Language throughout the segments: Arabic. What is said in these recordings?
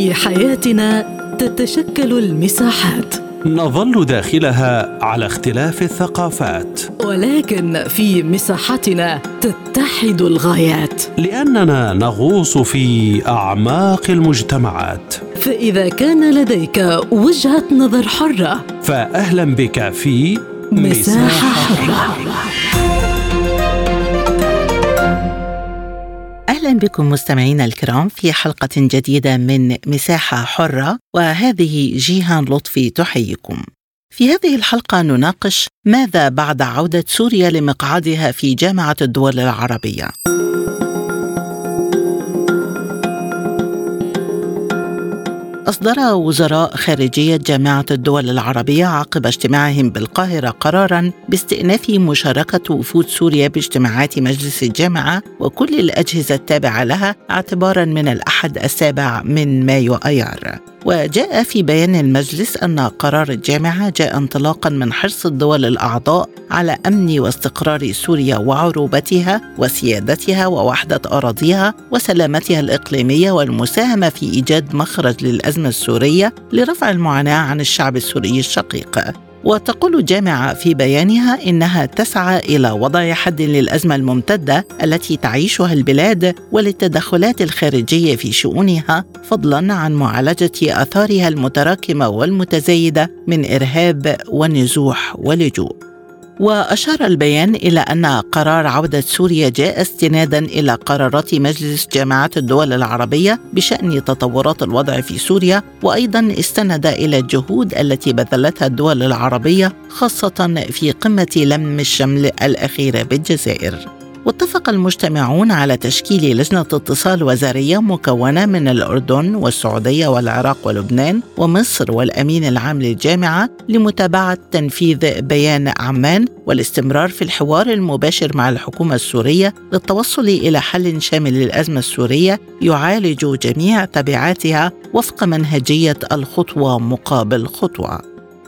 في حياتنا تتشكل المساحات، نظل داخلها على اختلاف الثقافات، ولكن في مساحتنا تتحد الغايات، لأننا نغوص في أعماق المجتمعات. فإذا كان لديك وجهة نظر حرة، فأهلا بك في مساحة حرة. أهلا بكم مستمعينا الكرام في حلقة جديدة من مساحة حرة، وهذه جيهان لطفي تحييكم. في هذه الحلقة نناقش ماذا بعد عودة سوريا لمقعدها في جامعة الدول العربية. أصدر وزراء خارجية جامعة الدول العربية عقب اجتماعهم بالقاهرة قراراً باستئناف مشاركة وفود سوريا باجتماعات مجلس الجامعة وكل الأجهزة التابعة لها اعتباراً من الأحد 7 من مايو أيار. وجاء في بيان المجلس أن قرار الجامعة جاء انطلاقاً من حرص الدول الأعضاء على أمن واستقرار سوريا وعروبتها وسيادتها ووحدة أراضيها وسلامتها الإقليمية، والمساهمة في إيجاد مخرج للأزمة السورية لرفع المعاناة عن الشعب السوري الشقيق. وتقول الجامعة في بيانها إنها تسعى إلى وضع حد للأزمة الممتدة التي تعيشها البلاد وللتدخلات الخارجية في شؤونها، فضلاً عن معالجة آثارها المتراكمة والمتزايدة من إرهاب ونزوح ولجوء. وأشار البيان إلى أن قرار عودة سوريا جاء استناداً إلى قرارات مجلس جامعة الدول العربية بشأن تطورات الوضع في سوريا، وأيضاً استند إلى الجهود التي بذلتها الدول العربية خاصة في قمة لم الشمل الأخيرة بالجزائر. واتفق المجتمعون على تشكيل لجنة اتصال وزارية مكونة من الأردن والسعودية والعراق ولبنان ومصر والأمين العام للجامعة لمتابعة تنفيذ بيان عمان والاستمرار في الحوار المباشر مع الحكومة السورية للتوصل إلى حل شامل للأزمة السورية يعالج جميع تبعاتها وفق منهجية الخطوة مقابل خطوة.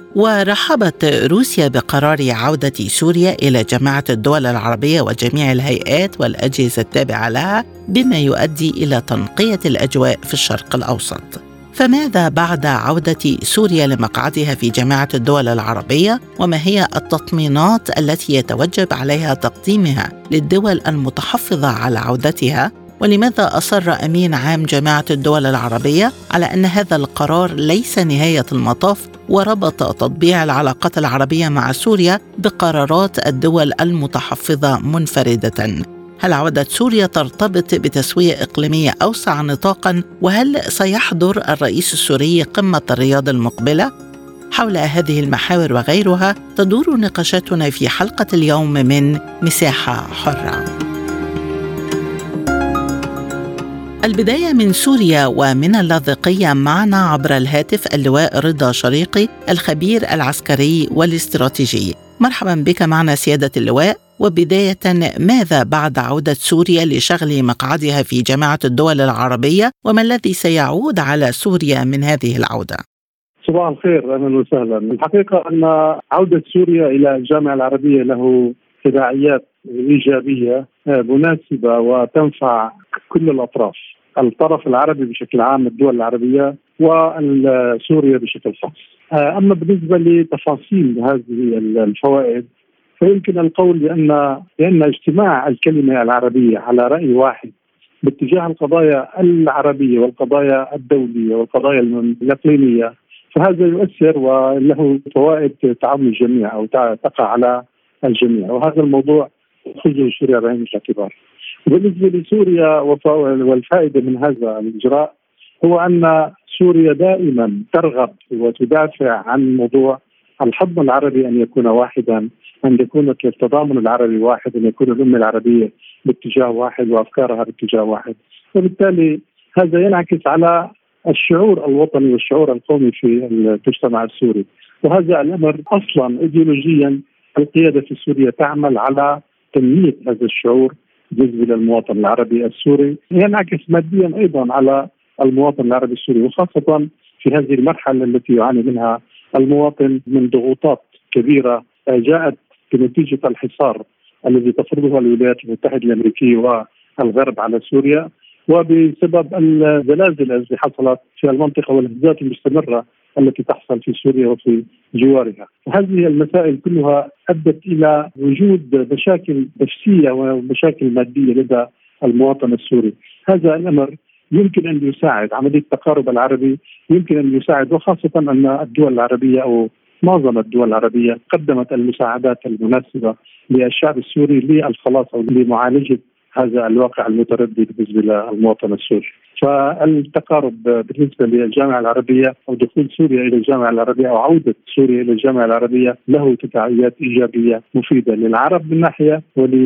ورحبت روسيا بقرار عودة سوريا إلى جامعة الدول العربية وجميع الهيئات والأجهزة التابعة لها، بما يؤدي إلى تنقية الأجواء في الشرق الأوسط. فماذا بعد عودة سوريا لمقعدها في جامعة الدول العربية؟ وما هي التطمينات التي يتوجب عليها تقديمها للدول المتحفظة على عودتها؟ ولماذا أصر أمين عام جامعة الدول العربية على أن هذا القرار ليس نهاية المطاف، وربط تطبيع العلاقات العربية مع سوريا بقرارات الدول المتحفظة منفردة؟ هل عودة سوريا ترتبط بتسوية إقليمية أوسع نطاقاً؟ وهل سيحضر الرئيس السوري قمة الرياض المقبلة؟ حول هذه المحاور وغيرها تدور نقاشاتنا في حلقة اليوم من مساحة حرة. البداية من سوريا ومن اللاذقية. معنا عبر الهاتف اللواء رضا شريقي الخبير العسكري والاستراتيجي. مرحبا بك معنا سيادة اللواء. وبداية، ماذا بعد عودة سوريا لشغل مقعدها في جامعة الدول العربية، وما الذي سيعود على سوريا من هذه العودة؟ صباح الخير، أهلا وسهلا. الحقيقة أن عودة سوريا إلى الجامعة العربية له تداعيات إيجابية مناسبة وتنفع كل الأطراف، الطرف العربي بشكل عام، الدول العربية، وسوريا بشكل خاص. أما بالنسبة لتفاصيل هذه الفوائد فيمكن القول بأن اجتماع الكلمة العربية على رأي واحد باتجاه القضايا العربية والقضايا الدولية والقضايا الإقليمية فهذا يؤثر وله فوائد تعم الجميع أو تقع على الجميع، وهذا الموضوع تأخذه سوريا بعين الاعتبار. بالنسبة لسوريا والفائدة من هذا الإجراء هو أن سوريا دائما ترغب وتدافع عن موضوع الحضن العربي، أن يكون واحدا، أن يكون التضامن العربي واحد، أن يكون الأمة العربية باتجاه واحد وأفكارها باتجاه واحد. وبالتالي هذا ينعكس على الشعور الوطني والشعور القومي في المجتمع السوري، وهذا الأمر أصلا إيديولوجيا القيادة في سوريا تعمل على تنمية هذا الشعور بالنسبة للمواطن العربي السوري، ينعكس ماديا أيضا على المواطن العربي السوري، وخاصة في هذه المرحلة التي يعاني منها المواطن من ضغوطات كبيرة جاءت بنتيجة الحصار الذي تفرضه الولايات المتحدة الأمريكية والغرب على سوريا، وبسبب الزلازل التي حصلت في المنطقة والهزات المستمرة التي تحصل في سوريا وفي جوارها. هذه المسائل كلها أدت إلى وجود مشاكل نفسية ومشاكل مادية لدى المواطن السوري. هذا الأمر يمكن أن يساعد عملية التقارب العربي، يمكن أن يساعد، وخاصة أن الدول العربية أو معظم الدول العربية قدمت المساعدات المناسبة للشعب السوري للخلاص أو لمعالجة هذا الواقع المتردد بالنسبة للمواطن السوري. فالتقارب بالنسبة للجامعة العربية أو دخول سوريا إلى الجامعة العربية أو عودة سوريا إلى الجامعة العربية له تداعيات إيجابية مفيدة للعرب من ناحية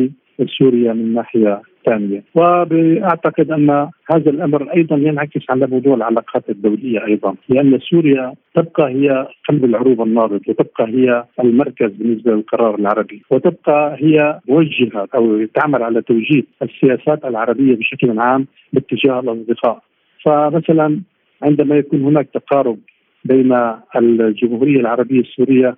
ولسوريا من ناحية ثانية. وأعتقد أن هذا الأمر أيضا ينعكس على موضوع العلاقات الدولية أيضا، لأن سوريا تبقى هي قلب العروبة النابض، وتبقى هي المركز بالنسبة للقرار العربي، وتبقى هي موجهة أو تعمل على توجيه السياسات العربية بشكل عام باتجاه الأصدقاء. فمثلا عندما يكون هناك تقارب بين الجمهورية العربية السورية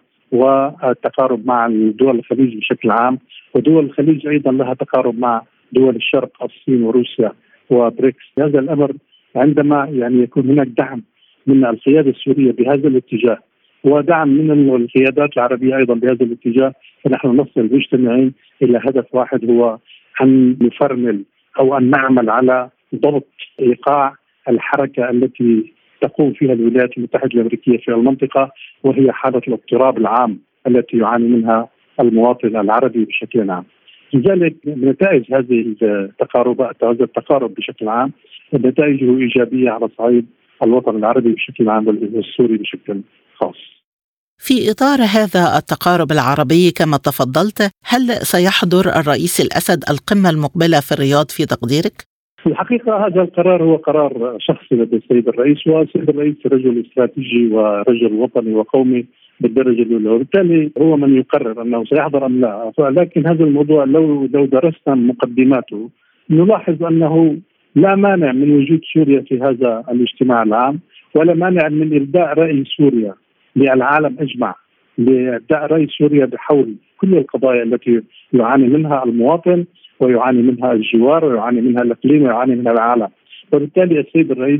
والتقارب مع دول الخليج بشكل عام، ودول الخليج أيضا لها تقارب مع دول الشرق الصين وروسيا وبريكس، هذا الأمر عندما يكون هناك دعم من القيادة السورية بهذا الاتجاه ودعم من القيادات العربية أيضا بهذا الاتجاه، فنحن نصل مجتمعين إلى هدف واحد، هو أن نفرمل أو أن نعمل على ضبط إيقاع الحركة التي تقوم فيها الولايات المتحدة الأمريكية في المنطقة، وهي حالة الاضطراب العام التي يعاني منها المواطن العربي بشكل عام. لذلك نتائج هذه التقاربات، هذا التقارب بشكل عام نتائجه إيجابية على صعيد الوطن العربي بشكل عام والسوري بشكل خاص. في إطار هذا التقارب العربي كما تفضلت، هل سيحضر الرئيس الأسد القمة المقبلة في الرياض في تقديرك؟ في الحقيقة هذا القرار هو قرار شخصي لدى السيد الرئيس، والسيد الرئيس رجل استراتيجي ورجل وطني وقومي بالدرجة الأولى، وبالتالي هو من يقرر أنه سيحضر أم لا. لكن هذا الموضوع لو درسنا مقدماته نلاحظ أنه لا مانع من وجود سوريا في هذا الاجتماع العام، ولا مانع من إبداء رأي سوريا للعالم أجمع، لإبداء رأي سوريا بحول كل القضايا التي يعاني منها المواطن ويعاني منها الجوار ويعاني منها الإقليم ويعاني منها العالم. وبالتالي السيد الرئيس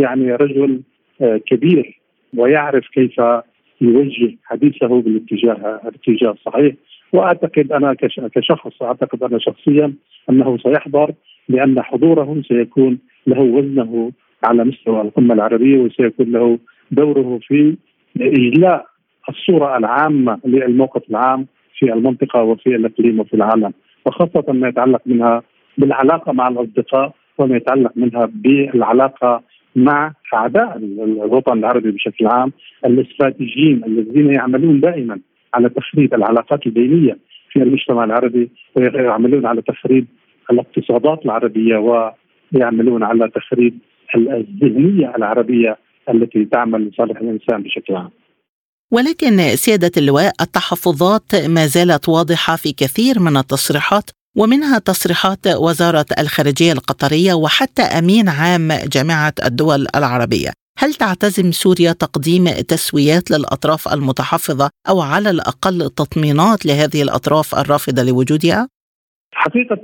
رجل كبير ويعرف كيف يوجه حديثه بالاتجاه الصحيح. وأعتقد أنا كشخص أعتقد أنا شخصيا أنه سيحضر، لأن حضوره سيكون له وزنه على مستوى القمة العربية، وسيكون له دوره في إجلاء الصورة العامة للموقف العام في المنطقة وفي الإقليم وفي العالم، وخاصة ما يتعلق منها بالعلاقة مع الأصدقاء وما يتعلق منها بالعلاقة مع أعداء الوطن العربي بشكل عام، الاستراتيجيين الذين يعملون دائما على تخريب العلاقات البينية في المجتمع العربي، ويعملون على تخريب الاقتصادات العربية، ويعملون على تخريب الذهنية العربية التي تعمل لصالح الإنسان بشكل عام. ولكن سيادة اللواء، التحفظات ما زالت واضحة في كثير من التصريحات، ومنها تصريحات وزارة الخارجية القطرية وحتى أمين عام جامعة الدول العربية. هل تعتزم سوريا تقديم تسويات للأطراف المتحفظة أو على الأقل تطمينات لهذه الأطراف الرافضة لوجودها؟ حقيقة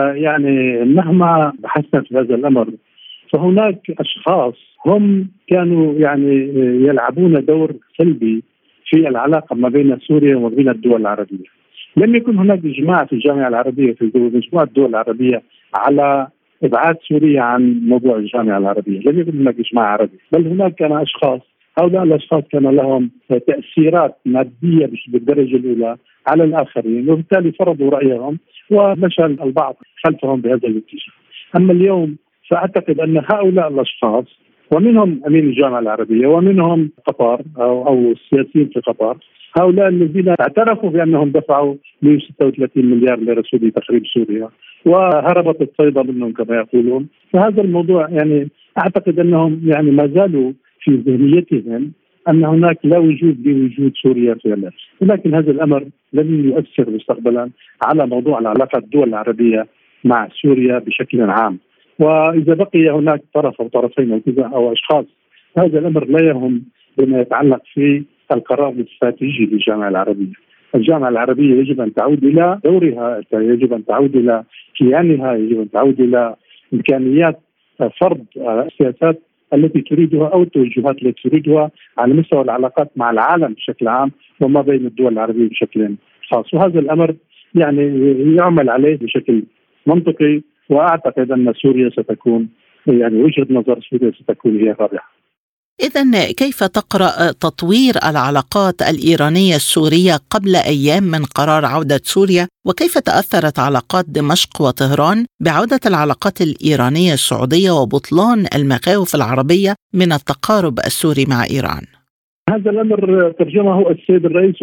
مهما بحثنا في هذا الأمر فهناك أشخاص هم كانوا يلعبون دور سلبي في العلاقة ما بين سوريا وما بين الدول العربية. لم يكن هناك إجماع في الجامعة العربية في مجموعة الدول العربية على إبعاد سوريا عن موضوع الجامعة العربية، لم يكن هناك إجماع عربي، بل هناك كان أشخاص، هؤلاء الأشخاص كان لهم تأثيرات مادية بالدرجة الأولى على الآخرين، وبالتالي فرضوا رأيهم ومشى البعض خلفهم بهذا الاتجاه. أما اليوم فأعتقد أن هؤلاء الأشخاص ومنهم أمين الجامعة العربية ومنهم قطر أو السياسيين في قطر، هؤلاء الذين اعترفوا بأنهم دفعوا 136 مليار ليرة لتخريب سوريا وهربت الصيدة منهم كما يقولون. فهذا الموضوع أعتقد أنهم ما زالوا في ذهنيتهم أن هناك لا وجود لوجود سوريا في الأرض، ولكن هذا الأمر لن يؤثر مستقبلا على موضوع العلاقة الدول العربية مع سوريا بشكل عام. وإذا بقي هناك طرف أو طرفين أو أشخاص هذا الأمر لا يهم بما يتعلق في القرار الاستراتيجي للجامعة العربية. الجامعة العربية يجب أن تعود إلى دورها، يجب أن تعود إلى كيانها، يجب أن تعود إلى إمكانيات فرض السياسات التي تريدها أو التوجهات التي تريدها على مستوى العلاقات مع العالم بشكل عام وما بين الدول العربية بشكل خاص. وهذا الأمر يعني يعمل عليه بشكل منطقي، وأعتقد أن سوريا ستكون يعني وجهة نظر سوريا ستكون هي الرابحة. إذن كيف تقرأ تطوير العلاقات الإيرانية السورية قبل أيام من قرار عودة سوريا، وكيف تأثرت علاقات دمشق وطهران بعودة العلاقات الإيرانية السعودية وبطلان المخاوف العربية من التقارب السوري مع إيران؟ هذا الأمر ترجمه السيد الرئيس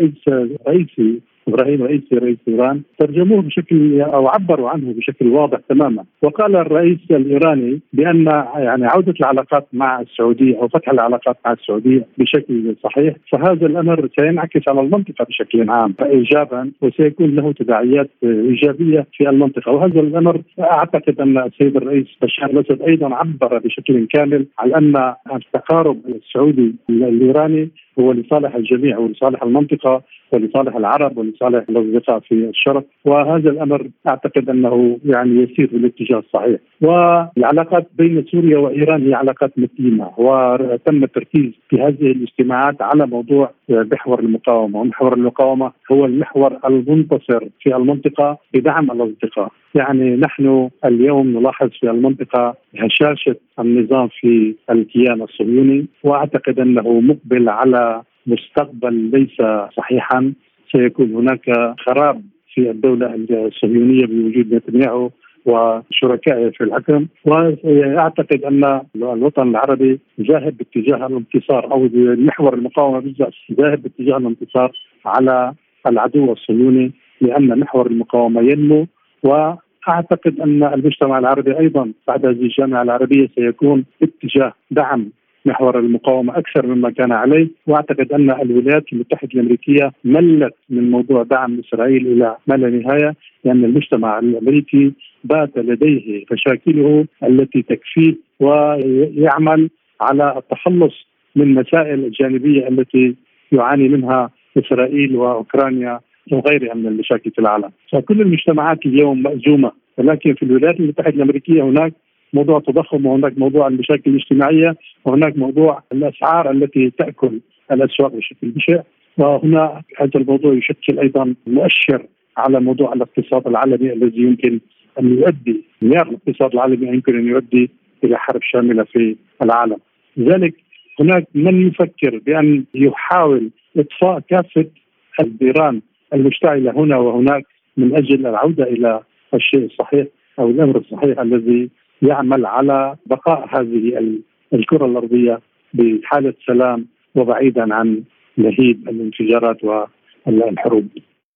ورئيسي إبراهيم رئيس إيران، ترجموه بشكل أو عبروا عنه بشكل واضح تماما. وقال الرئيس الإيراني بأن يعني عودة العلاقات مع السعودية أو فتح العلاقات مع السعودية بشكل صحيح، فهذا الأمر سينعكس على المنطقة بشكل عام إيجابا، وسيكون له تداعيات إيجابية في المنطقة. وهذا الأمر أعتقد أن السيد الرئيس بشار الأسد أيضا عبر بشكل كامل على أن التقارب السعودي الإيراني هو لصالح الجميع ولصالح المنطقة ولصالح العرب ولصالح الأصدقاء في الشرق. وهذا الأمر أعتقد أنه يعني يسير في الاتجاه الصحيح. والعلاقات بين سوريا وإيران هي علاقات متينة، وتم التركيز في هذه الاجتماعات على موضوع محور المقاومة، ومحور المقاومة هو المحور المنتصر في المنطقة بدعم الأصدقاء. يعني نحن اليوم نلاحظ في المنطقة هشاشة النظام في الكيان الصهيوني، وأعتقد أنه مقبل على مستقبل ليس صحيحا. سيكون هناك خراب في الدولة الصهيونية بوجود نتنياهو وشركائه في الحكم. وأعتقد أن الوطن العربي ذاهب باتجاه الانتصار، أو محور المقاومة بالذات ذاهب باتجاه الانتصار على العدو الصهيوني، لأن محور المقاومة ينمو. وأعتقد أن المجتمع العربي أيضا بعد هذه الجامعة العربية سيكون باتجاه دعم محور المقاومة أكثر مما كان عليه. وأعتقد أن الولايات المتحدة الأمريكية ملت من موضوع دعم إسرائيل إلى ما لا نهاية، لأن المجتمع الأمريكي بات لديه مشاكله التي تكفيه، ويعمل على التخلص من مسائل الجانبية التي يعاني منها إسرائيل وأوكرانيا وغيرها من المشاكل في العالم. فكل المجتمعات اليوم مأزومة، ولكن في الولايات المتحدة الأمريكية هناك موضوع التضخم، وهناك موضوع المشاكل الاجتماعية، وهناك موضوع الأسعار التي تأكل الأسواق بشكل بشع. وهنا هذا الموضوع يشكل أيضا مؤشر على موضوع الاقتصاد العالمي الذي يمكن أن يؤدي، انهيار الاقتصاد العالمي يمكن أن يؤدي إلى حرب شاملة في العالم. لذلك هناك من يفكر بأن يحاول إطفاء كافة النيران المشتعلة هنا وهناك من أجل العودة إلى الشيء الصحيح أو الأمر الصحيح الذي يعمل على بقاء هذه الكرة الأرضية بحالة سلام وبعيدا عن لهيب الانفجارات والحروب.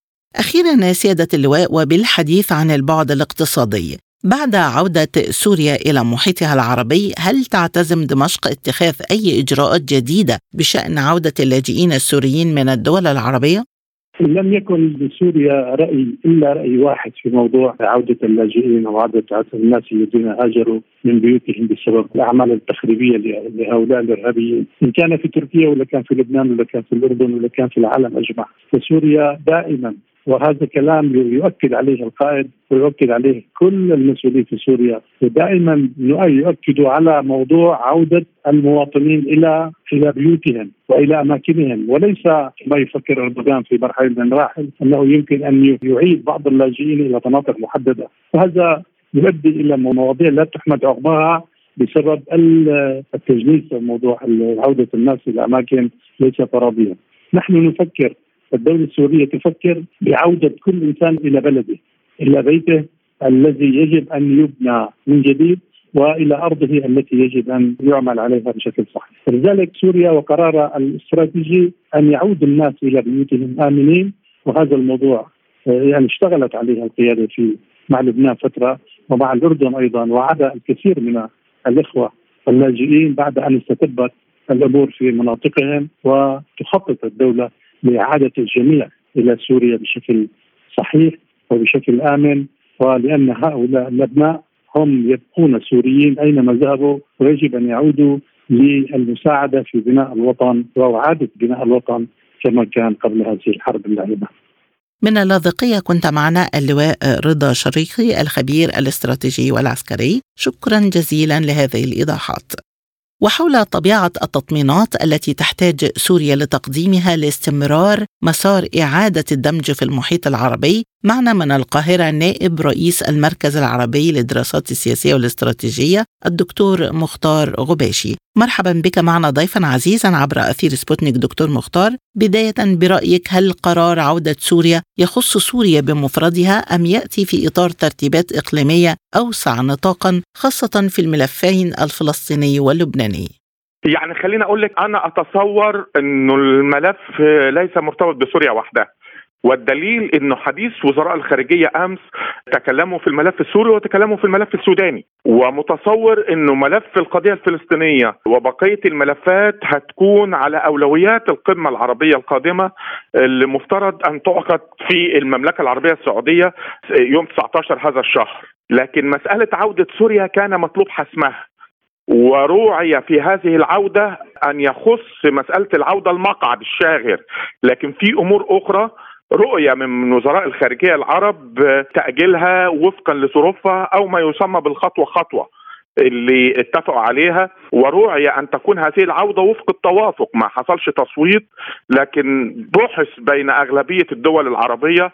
أخيرا سيادة اللواء، وبالحديث عن البعد الاقتصادي، بعد عودة سوريا إلى محيطها العربي، هل تعتزم دمشق اتخاذ أي إجراءات جديدة بشأن عودة اللاجئين السوريين من الدول العربية؟ لم يكن لسوريا رأي إلا رأي واحد في موضوع عودة اللاجئين وعودة الناس الذين هاجروا من بيوتهم بسبب الأعمال التخريبية لهؤلاء الإرهابيين، إن كان في تركيا ولا كان في لبنان ولا كان في الأردن ولا كان في العالم أجمع. فسوريا دائما، وهذا كلام يؤكد عليه القائد ويؤكد عليه كل المسؤولين في سوريا، ودائما يؤكدوا على موضوع عودة المواطنين إلى بيوتهم وإلى أماكنهم، وليس ما يفكر أردوغان في مرحلة من المراحل أنه يمكن أن يعيد بعض اللاجئين إلى مناطق محددة. وهذا يؤدي إلى مواضيع لا تحمد عقباها بسبب التجنيس، موضوع عودة الناس إلى أماكن ليس فرضية. نحن نفكر، الدولة السورية تفكر بعودة كل إنسان إلى بلده، إلى بيته الذي يجب أن يبنى من جديد، وإلى أرضه التي يجب أن يعمل عليها بشكل صحيح. لذلك سوريا وقرارها الاستراتيجي أن يعود الناس إلى بيوتهم آمنين، وهذا الموضوع يعني اشتغلت عليه القيادة مع لبنان فترة ومع الأردن أيضا، وعاد الكثير من الإخوة اللاجئين بعد أن استتبت الأمور في مناطقهم، وتخطط الدولة لإعادة الجميع إلى سوريا بشكل صحيح وبشكل آمن. ولأن هؤلاء الأبناء هم يبقون سوريين أينما ذهبوا، ويجب أن يعودوا للمساعدة في بناء الوطن وإعادة بناء الوطن كما كان قبل هذه الحرب اللعينة. من اللاذقية كنت معنا اللواء رضا شريقي الخبير الاستراتيجي والعسكري. شكرا جزيلا لهذه الإيضاحات. وحول طبيعة التطمينات التي تحتاج سوريا لتقديمها لاستمرار مسار إعادة الدمج في المحيط العربي، معنا من القاهرة نائب رئيس المركز العربي للدراسات السياسية والاستراتيجية الدكتور مختار غباشي. مرحبا بك معنا ضيفا عزيزا عبر أثير سبوتنيك. دكتور مختار، بداية برأيك، هل قرار عودة سوريا يخص سوريا بمفردها أم يأتي في إطار ترتيبات إقليمية أوسع نطاقا خاصة في الملفين الفلسطيني واللبناني؟ يعني خليني أقول لك، أنا أتصور أنه الملف ليس مرتبط بسوريا وحدها، والدليل انه حديث وزراء الخارجية امس تكلموا في الملف السوري وتكلموا في الملف السوداني، ومتصور انه ملف القضية الفلسطينية وبقية الملفات هتكون على اولويات القمة العربية القادمة اللي مفترض ان تعقد في المملكة العربية السعودية يوم 19 هذا الشهر. لكن مسألة عودة سوريا كان مطلوب حسمها، وروعي في هذه العودة أن يخص مسألة العودة المقعد الشاغر، لكن في أمور أخرى رؤية من وزراء الخارجية العرب تأجيلها وفقا لظروفها أو ما يسمى بالخطوة خطوة اللي اتفقوا عليها، وروعي أن تكون هذه العودة وفق التوافق. ما حصلش تصويت، لكن بحث بين أغلبية الدول العربية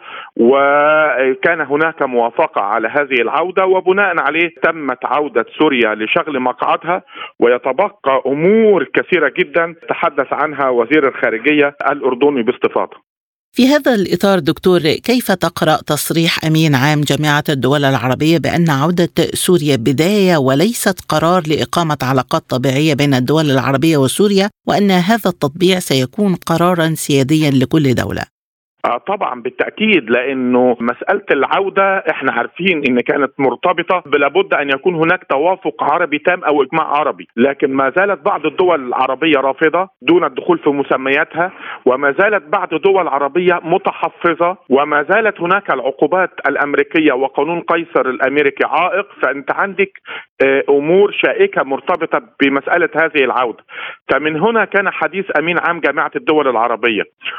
وكان هناك موافقة على هذه العودة، وبناء عليه تمت عودة سوريا لشغل مقعدها، ويتبقى أمور كثيرة جدا تحدث عنها وزير الخارجية الأردني باستفاضة. في هذا الإطار دكتور، كيف تقرأ تصريح أمين عام جامعة الدول العربية بأن عودة سوريا بداية وليست قرار لإقامة علاقات طبيعية بين الدول العربية وسوريا، وأن هذا التطبيع سيكون قرارا سياديا لكل دولة؟ طبعا بالتأكيد، لأنه مسألة العودة احنا عارفين ان كانت مرتبطة بلابد ان يكون هناك توافق عربي تام او اجماع عربي، لكن ما زالت بعض الدول العربية رافضة دون الدخول في مسمياتها، وما زالت بعض دول عربية متحفظة، وما زالت هناك العقوبات الأمريكية وقانون قيصر الأمريكي عائق. فأنت عندك أمور شائكة مرتبطة بمسألة هذه العودة. فمن هنا كان حديث أمين عام جامعة الدول العربية،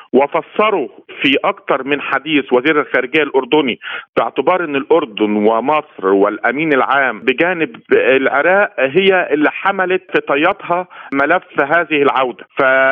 وفسروا في أكثر من حديث وزير الخارجية الأردني باعتبار أن الأردن ومصر والأمين العام بجانب العراق هي اللي حملت في طياتها ملف هذه العودة.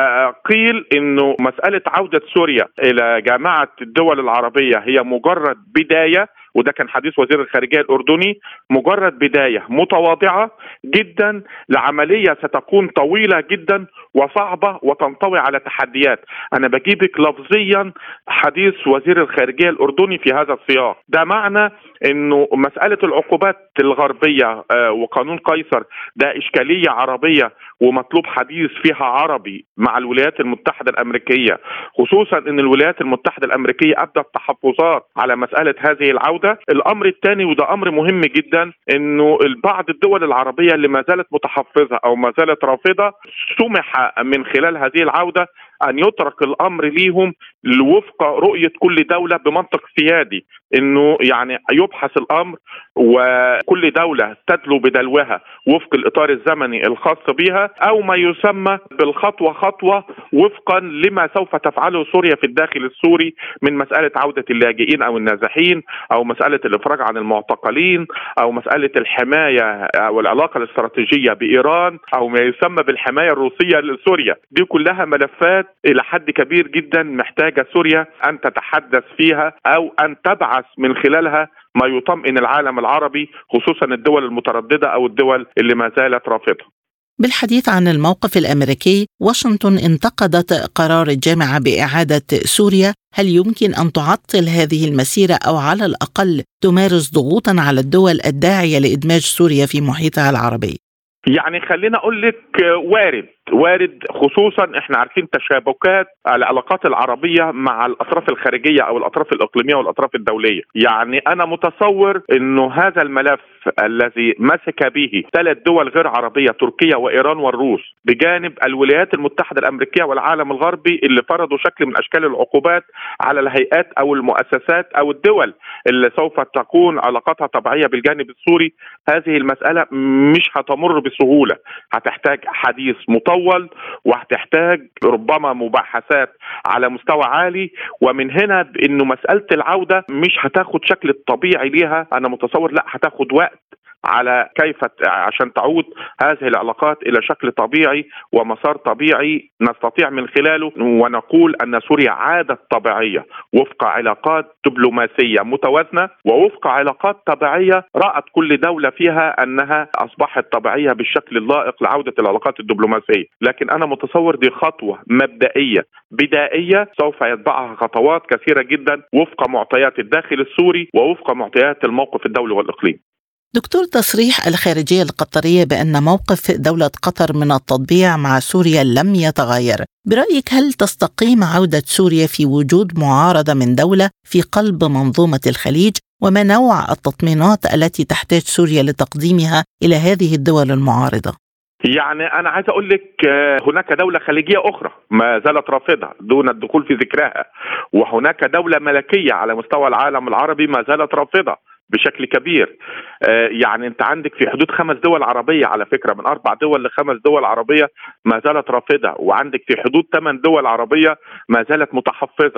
فقيل أنه مسألة عودة سوريا إلى جامعة الدول العربية هي مجرد بداية، وده كان حديث وزير الخارجية الأردني، مجرد بداية متواضعة جدا لعملية ستكون طويلة جدا وصعبة وتنطوي على تحديات. أنا بجيبك لفظيا حديث وزير الخارجية الأردني في هذا السياق. ده معنى أنه مسألة العقوبات الغربية وقانون قيصر ده إشكالية عربية ومطلوب حديث فيها عربي مع الولايات المتحدة الأمريكية، خصوصا أن الولايات المتحدة الأمريكية أبدت تحفظات على مسألة هذه العودة. الأمر الثاني وده أمر مهم جدا، أنه بعض الدول العربية اللي ما زالت متحفظة أو ما زالت رافضة سمح من خلال هذه العودة أن يترك الأمر ليهم وفق رؤية كل دولة بمنطق سيادي، أنه يعني يبحث الأمر وكل دولة تدلو بدلوها وفق الإطار الزمني الخاص بها، أو ما يسمى بالخطوة خطوة وفقا لما سوف تفعله سوريا في الداخل السوري من مسألة عودة اللاجئين أو النازحين، أو مسألة الإفراج عن المعتقلين، أو مسألة الحماية أو العلاقة الاستراتيجية بإيران، أو ما يسمى بالحماية الروسية لسوريا. دي كلها ملفات إلى حد كبير جدا محتاجة سوريا أن تتحدث فيها أو أن تبعث من خلالها ما يطمئن العالم العربي، خصوصا الدول المترددة أو الدول اللي ما زالت رافضة. بالحديث عن الموقف الأمريكي، واشنطن انتقدت قرار الجامعة بإعادة سوريا. هل يمكن أن تعطل هذه المسيرة أو على الأقل تمارس ضغوطا على الدول الداعية لإدماج سوريا في محيطها العربي؟ يعني خلينا أقول لك وارد، خصوصا احنا عارفين تشابكات العلاقات العربية مع الأطراف الخارجية أو الأطراف الإقليمية والأطراف الدولية. يعني أنا متصور أنه هذا الملف الذي مسك به 3 دول غير عربية، تركيا وإيران والروس، بجانب الولايات المتحدة الأمريكية والعالم الغربي اللي فرضوا شكل من أشكال العقوبات على الهيئات أو المؤسسات أو الدول اللي سوف تكون علاقاتها طبيعية بالجانب السوري، هذه المسألة مش هتمر بسهولة، هتحتاج حديث مطول تطول وهتحتاج ربما مباحثات على مستوى عالي. ومن هنا بأنه مسألة العودة مش هتاخد شكل الطبيعي ليها، أنا متصور لا هتاخد وقت على كيف عشان تعود هذه العلاقات إلى شكل طبيعي ومسار طبيعي نستطيع من خلاله ونقول أن سوريا عادت طبيعية وفق علاقات دبلوماسية متوازنة ووفق علاقات طبيعية رأت كل دولة فيها أنها أصبحت طبيعية بالشكل اللائق لعودة العلاقات الدبلوماسية. لكن أنا متصور دي خطوة مبدئية بدائية سوف يتبعها خطوات كثيرة جدا وفق معطيات الداخل السوري ووفق معطيات الموقف الدولي والإقليمي. دكتور، تصريح الخارجية القطرية بأن موقف دولة قطر من التطبيع مع سوريا لم يتغير، برأيك هل تستقيم عودة سوريا في وجود معارضة من دولة في قلب منظومة الخليج؟ وما نوع التطمينات التي تحتاج سوريا لتقديمها إلى هذه الدول المعارضة؟ يعني أنا عايز أقول لك هناك دولة خليجية أخرى ما زالت رافضة دون الدخول في ذكرها، وهناك دولة ملكية على مستوى العالم العربي ما زالت رافضة بشكل كبير. يعني انت عندك في حدود 5 دول عربية على فكرة، من 4 دول ل5 دول عربية ما زالت رافضة، وعندك في حدود 8 دول عربية ما زالت متحفظة،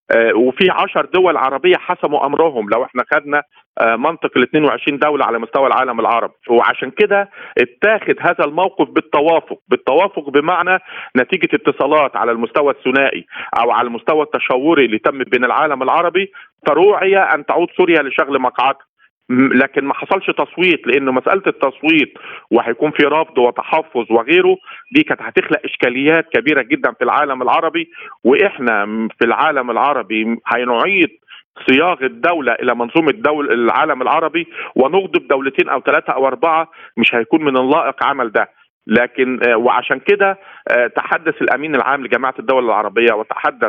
وفي 10 دول عربية حسموا أمرهم لو احنا خدنا منطق ال 22 دولة على مستوى العالم العربي. وعشان كده اتاخد هذا الموقف بالتوافق بمعنى نتيجة اتصالات على المستوى الثنائي أو على المستوى التشاوري اللي تم بين العالم العربي، فروعية أن تعود سوريا لشغل مقعدها. لكن ما حصلش تصويت، لأنه مسألة التصويت وهيكون في رفض وتحفظ وغيره دي كانت هتخلق إشكاليات كبيرة جدا في العالم العربي، وإحنا في العالم العربي هنعيد صياغة الدولة إلى منظومة العالم العربي ونغضب دولتين أو 3 أو 4 مش هيكون من اللائق عمل ده. لكن وعشان كده تحدث الأمين العام لجامعة الدول العربية وتحدث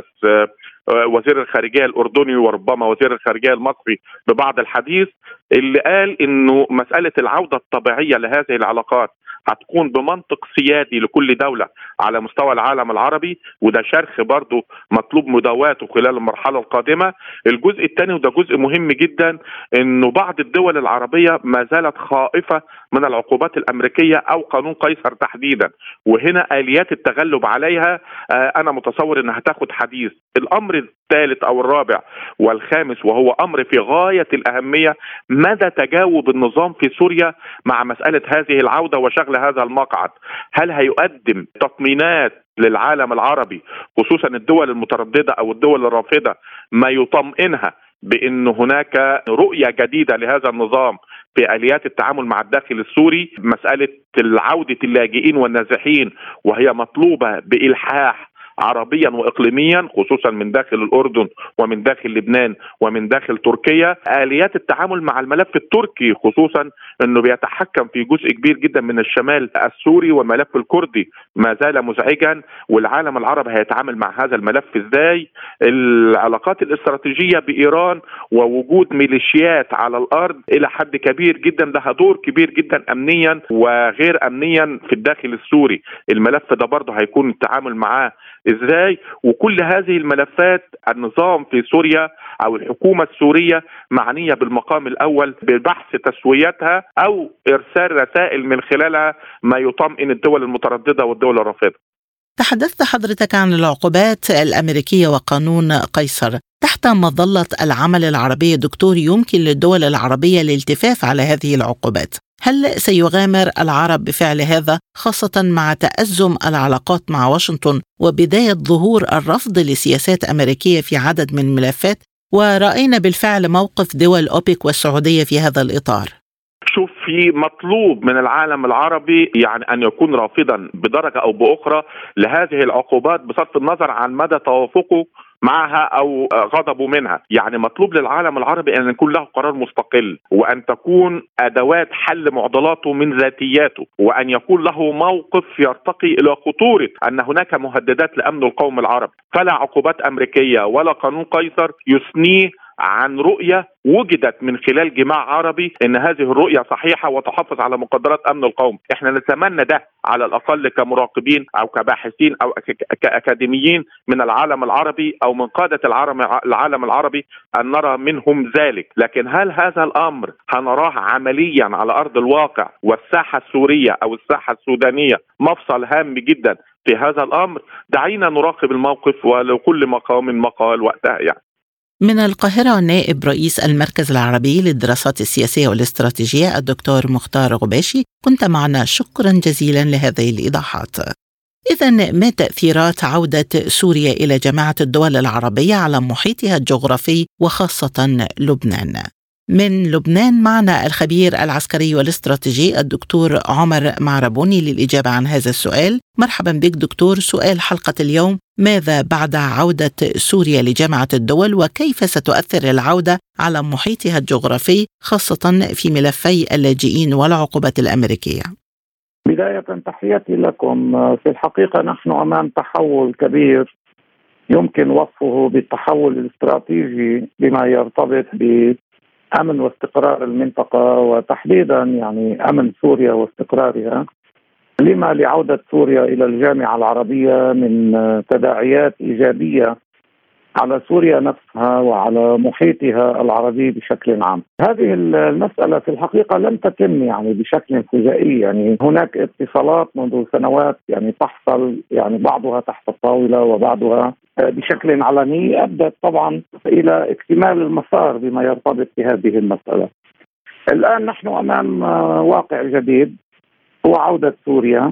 وزير الخارجية الأردني وربما وزير الخارجية المصري ببعض الحديث اللي قال إنه مسألة العودة الطبيعية لهذه العلاقات هتكون بمنطق سيادي لكل دولة على مستوى العالم العربي، وده شرخ برضو مطلوب مداواته خلال المرحلة القادمة. الجزء الثاني وده جزء مهم جدا، إنه بعض الدول العربية ما زالت خائفة من العقوبات الأمريكية أو قانون قيصر تحديدا، وهنا آليات التغلب عليها أنا متصور إنها هتاخد حديث. الأمر الثالث أو الرابع والخامس وهو أمر في غاية الأهمية، مدى تجاوب النظام في سوريا مع مسألة هذه العودة وشغل هذا المقعد. هل هيقدم تطمينات للعالم العربي خصوصا الدول المترددة أو الدول الرافضة ما يطمئنها بأن هناك رؤية جديدة لهذا النظام في آليات التعامل مع الداخل السوري؟ مسألة العودة اللاجئين والنازحين وهي مطلوبة بإلحاح عربيا وإقليميا خصوصا من داخل الأردن ومن داخل لبنان ومن داخل تركيا. آليات التعامل مع الملف التركي خصوصا أنه بيتحكم في جزء كبير جدا من الشمال السوري، والملف الكردي ما زال مزعجا، والعالم العربي هيتعامل مع هذا الملف إزاي؟ العلاقات الاستراتيجية بإيران ووجود ميليشيات على الأرض إلى حد كبير جدا لها دور كبير جدا أمنيا وغير أمنيا في الداخل السوري. الملف ده برضه هيكون التعامل معاه إزاي؟ وكل هذه الملفات النظام في سوريا أو الحكومة السورية معنية بالمقام الأول ببحث تسويتها أو إرسال رسائل من خلالها ما يطمئن الدول المترددة والدول الرافضة. تحدثت حضرتك عن العقوبات الأمريكية وقانون قيصر. تحت مظلة العمل العربي دكتور، يمكن للدول العربية الالتفاف على هذه العقوبات. هل سيغامر العرب بفعل هذا خاصة مع تأزم العلاقات مع واشنطن وبداية ظهور الرفض لسياسات أمريكية في عدد من الملفات؟ ورأينا بالفعل موقف دول أوبك والسعودية في هذا الإطار. شوف، في مطلوب من العالم العربي يعني أن يكون رافضا بدرجة أو بأخرى لهذه العقوبات بصرف النظر عن مدى توافقه معها أو غضبوا منها. يعني مطلوب للعالم العربي أن يكون له قرار مستقل، وأن تكون أدوات حل معضلاته من ذاتياته، وأن يكون له موقف يرتقي إلى خطورة أن هناك مهددات لأمن القوم العربي. فلا عقوبات أمريكية ولا قانون قيصر يثنيه عن رؤية وجدت من خلال جماع عربي ان هذه الرؤية صحيحة وتحافظ على مقدرات امن القوم. احنا نتمنى ده على الاقل كمراقبين او كباحثين او كاكاديميين من العالم العربي او من قادة العالم العربي ان نرى منهم ذلك. لكن هل هذا الامر هنراه عمليا على ارض الواقع والساحة السورية او الساحة السودانية مفصل هام جدا في هذا الامر؟ دعينا نراقب الموقف ولكل مقام مقال وقتها. يعني من القاهرة نائب رئيس المركز العربي للدراسات السياسية والاستراتيجية الدكتور مختار غباشي، كنت معنا، شكرا جزيلا لهذه الإيضاحات. إذن ما تأثيرات عودة سوريا إلى جماعة الدول العربية على محيطها الجغرافي وخاصة لبنان؟ من لبنان معنا الخبير العسكري والاستراتيجي الدكتور عمر معربوني للإجابة عن هذا السؤال. مرحبا بك دكتور. سؤال حلقة اليوم: ماذا بعد عودة سوريا لجامعة الدول، وكيف ستؤثر العودة على محيطها الجغرافي خاصة في ملفي اللاجئين والعقوبات الأمريكية؟ بداية تحياتي لكم. في الحقيقة نحن أمام تحول كبير يمكن وصفه بالتحول الاستراتيجي بما يرتبط بأمن واستقرار المنطقة، وتحديدا يعني أمن سوريا واستقرارها. لما لعودة سوريا إلى الجامعة العربية من تداعيات إيجابية على سوريا نفسها وعلى محيطها العربي بشكل عام. هذه المسألة في الحقيقة لم تتم يعني بشكل فجائي، يعني هناك اتصالات منذ سنوات يعني تحصل، يعني بعضها تحت الطاولة وبعضها بشكل علني، أدت طبعا إلى اكتمال المسار بما يرتبط بهذه المسألة. الآن نحن أمام واقع جديد هو عودة سوريا،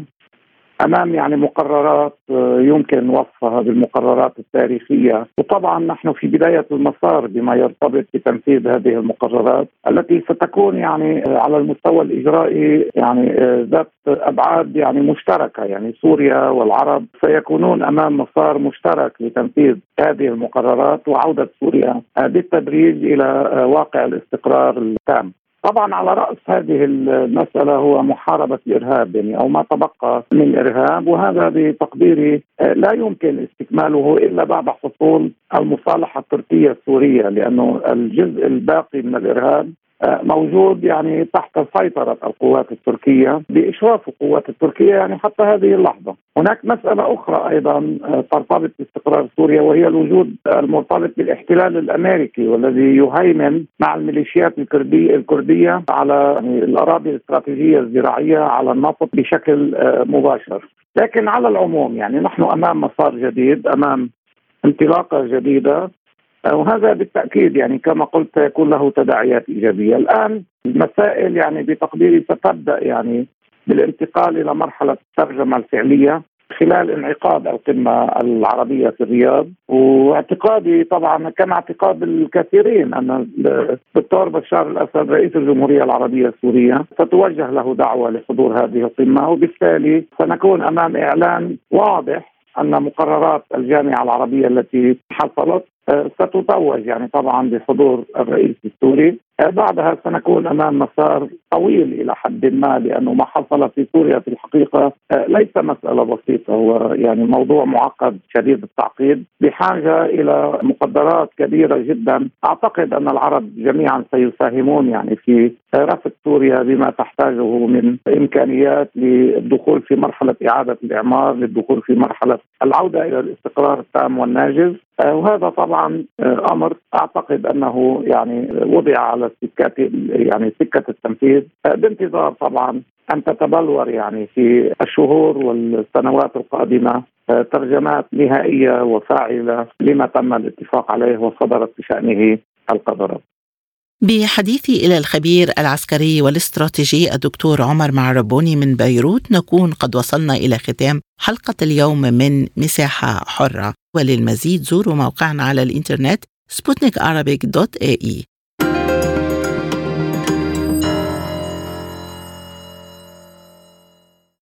أمام يعني مقررات يمكن وصفها بالمقررات التاريخية، وطبعا نحن في بداية المسار بما يرتبط بتنفيذ هذه المقررات التي ستكون يعني على المستوى الإجرائي يعني ذات أبعاد يعني مشتركة. يعني سوريا والعرب سيكونون أمام مسار مشترك لتنفيذ هذه المقررات وعودة سوريا بالتدريج إلى واقع الاستقرار التام. طبعا على رأس هذه المسألة هو محاربة الإرهاب، يعني أو ما تبقى من الإرهاب، وهذا بتقديري لا يمكن استكماله إلا بعد حصول المصالحة التركية السورية، لأنه الجزء الباقي من الإرهاب موجود يعني تحت سيطرة القوات التركية بإشراف القوات التركية يعني حتى هذه اللحظة. هناك مسألة أخرى أيضا ترتبط باستقرار سوريا، وهي الوجود المرتبط بالاحتلال الأمريكي والذي يهيمن مع الميليشيات الكردية على الأراضي الاستراتيجية الزراعية على النفط بشكل مباشر. لكن على العموم يعني نحن أمام مسار جديد، أمام انطلاقة جديدة، وهذا بالتأكيد يعني كما قلت سيكون له تداعيات إيجابية. الآن المسائل يعني بتقديري ستبدأ يعني بالانتقال إلى مرحلة الترجمة الفعلية خلال انعقاد القمة العربية في الرياض، واعتقادي طبعا كما اعتقاد الكثيرين أن الدكتور بشار الأسد رئيس الجمهورية العربية السورية ستوجه له دعوة لحضور هذه القمة، وبالتالي سنكون أمام إعلان واضح أن مقررات الجامعة العربية التي حصلت ستتوج يعني طبعا بحضور الرئيس السوري. بعدها سنكون أمام مسار طويل إلى حد ما، لأنه ما حصل في سوريا في الحقيقة ليس مسألة بسيطة، هو يعني موضوع معقد شديد التعقيد بحاجة إلى مقدرات كبيرة جدا. أعتقد أن العرب جميعا سيساهمون يعني في رفع سوريا بما تحتاجه من إمكانيات للدخول في مرحلة إعادة الإعمار، للدخول في مرحلة العودة إلى الاستقرار التام والناجز. وهذا طبعا أمر أعتقد أنه يعني وضع على سكة التنفيذ، بانتظار طبعا أن تتبلور يعني في الشهور والسنوات القادمة ترجمات نهائية وفاعلة لما تم الاتفاق عليه وصدرت بشأنه القرارات. بحديثي إلى الخبير العسكري والاستراتيجي الدكتور عمر معربوني من بيروت، نكون قد وصلنا إلى ختام حلقة اليوم من مساحة حرة. وللمزيد زوروا موقعنا على الإنترنت sputnikarabic.ae.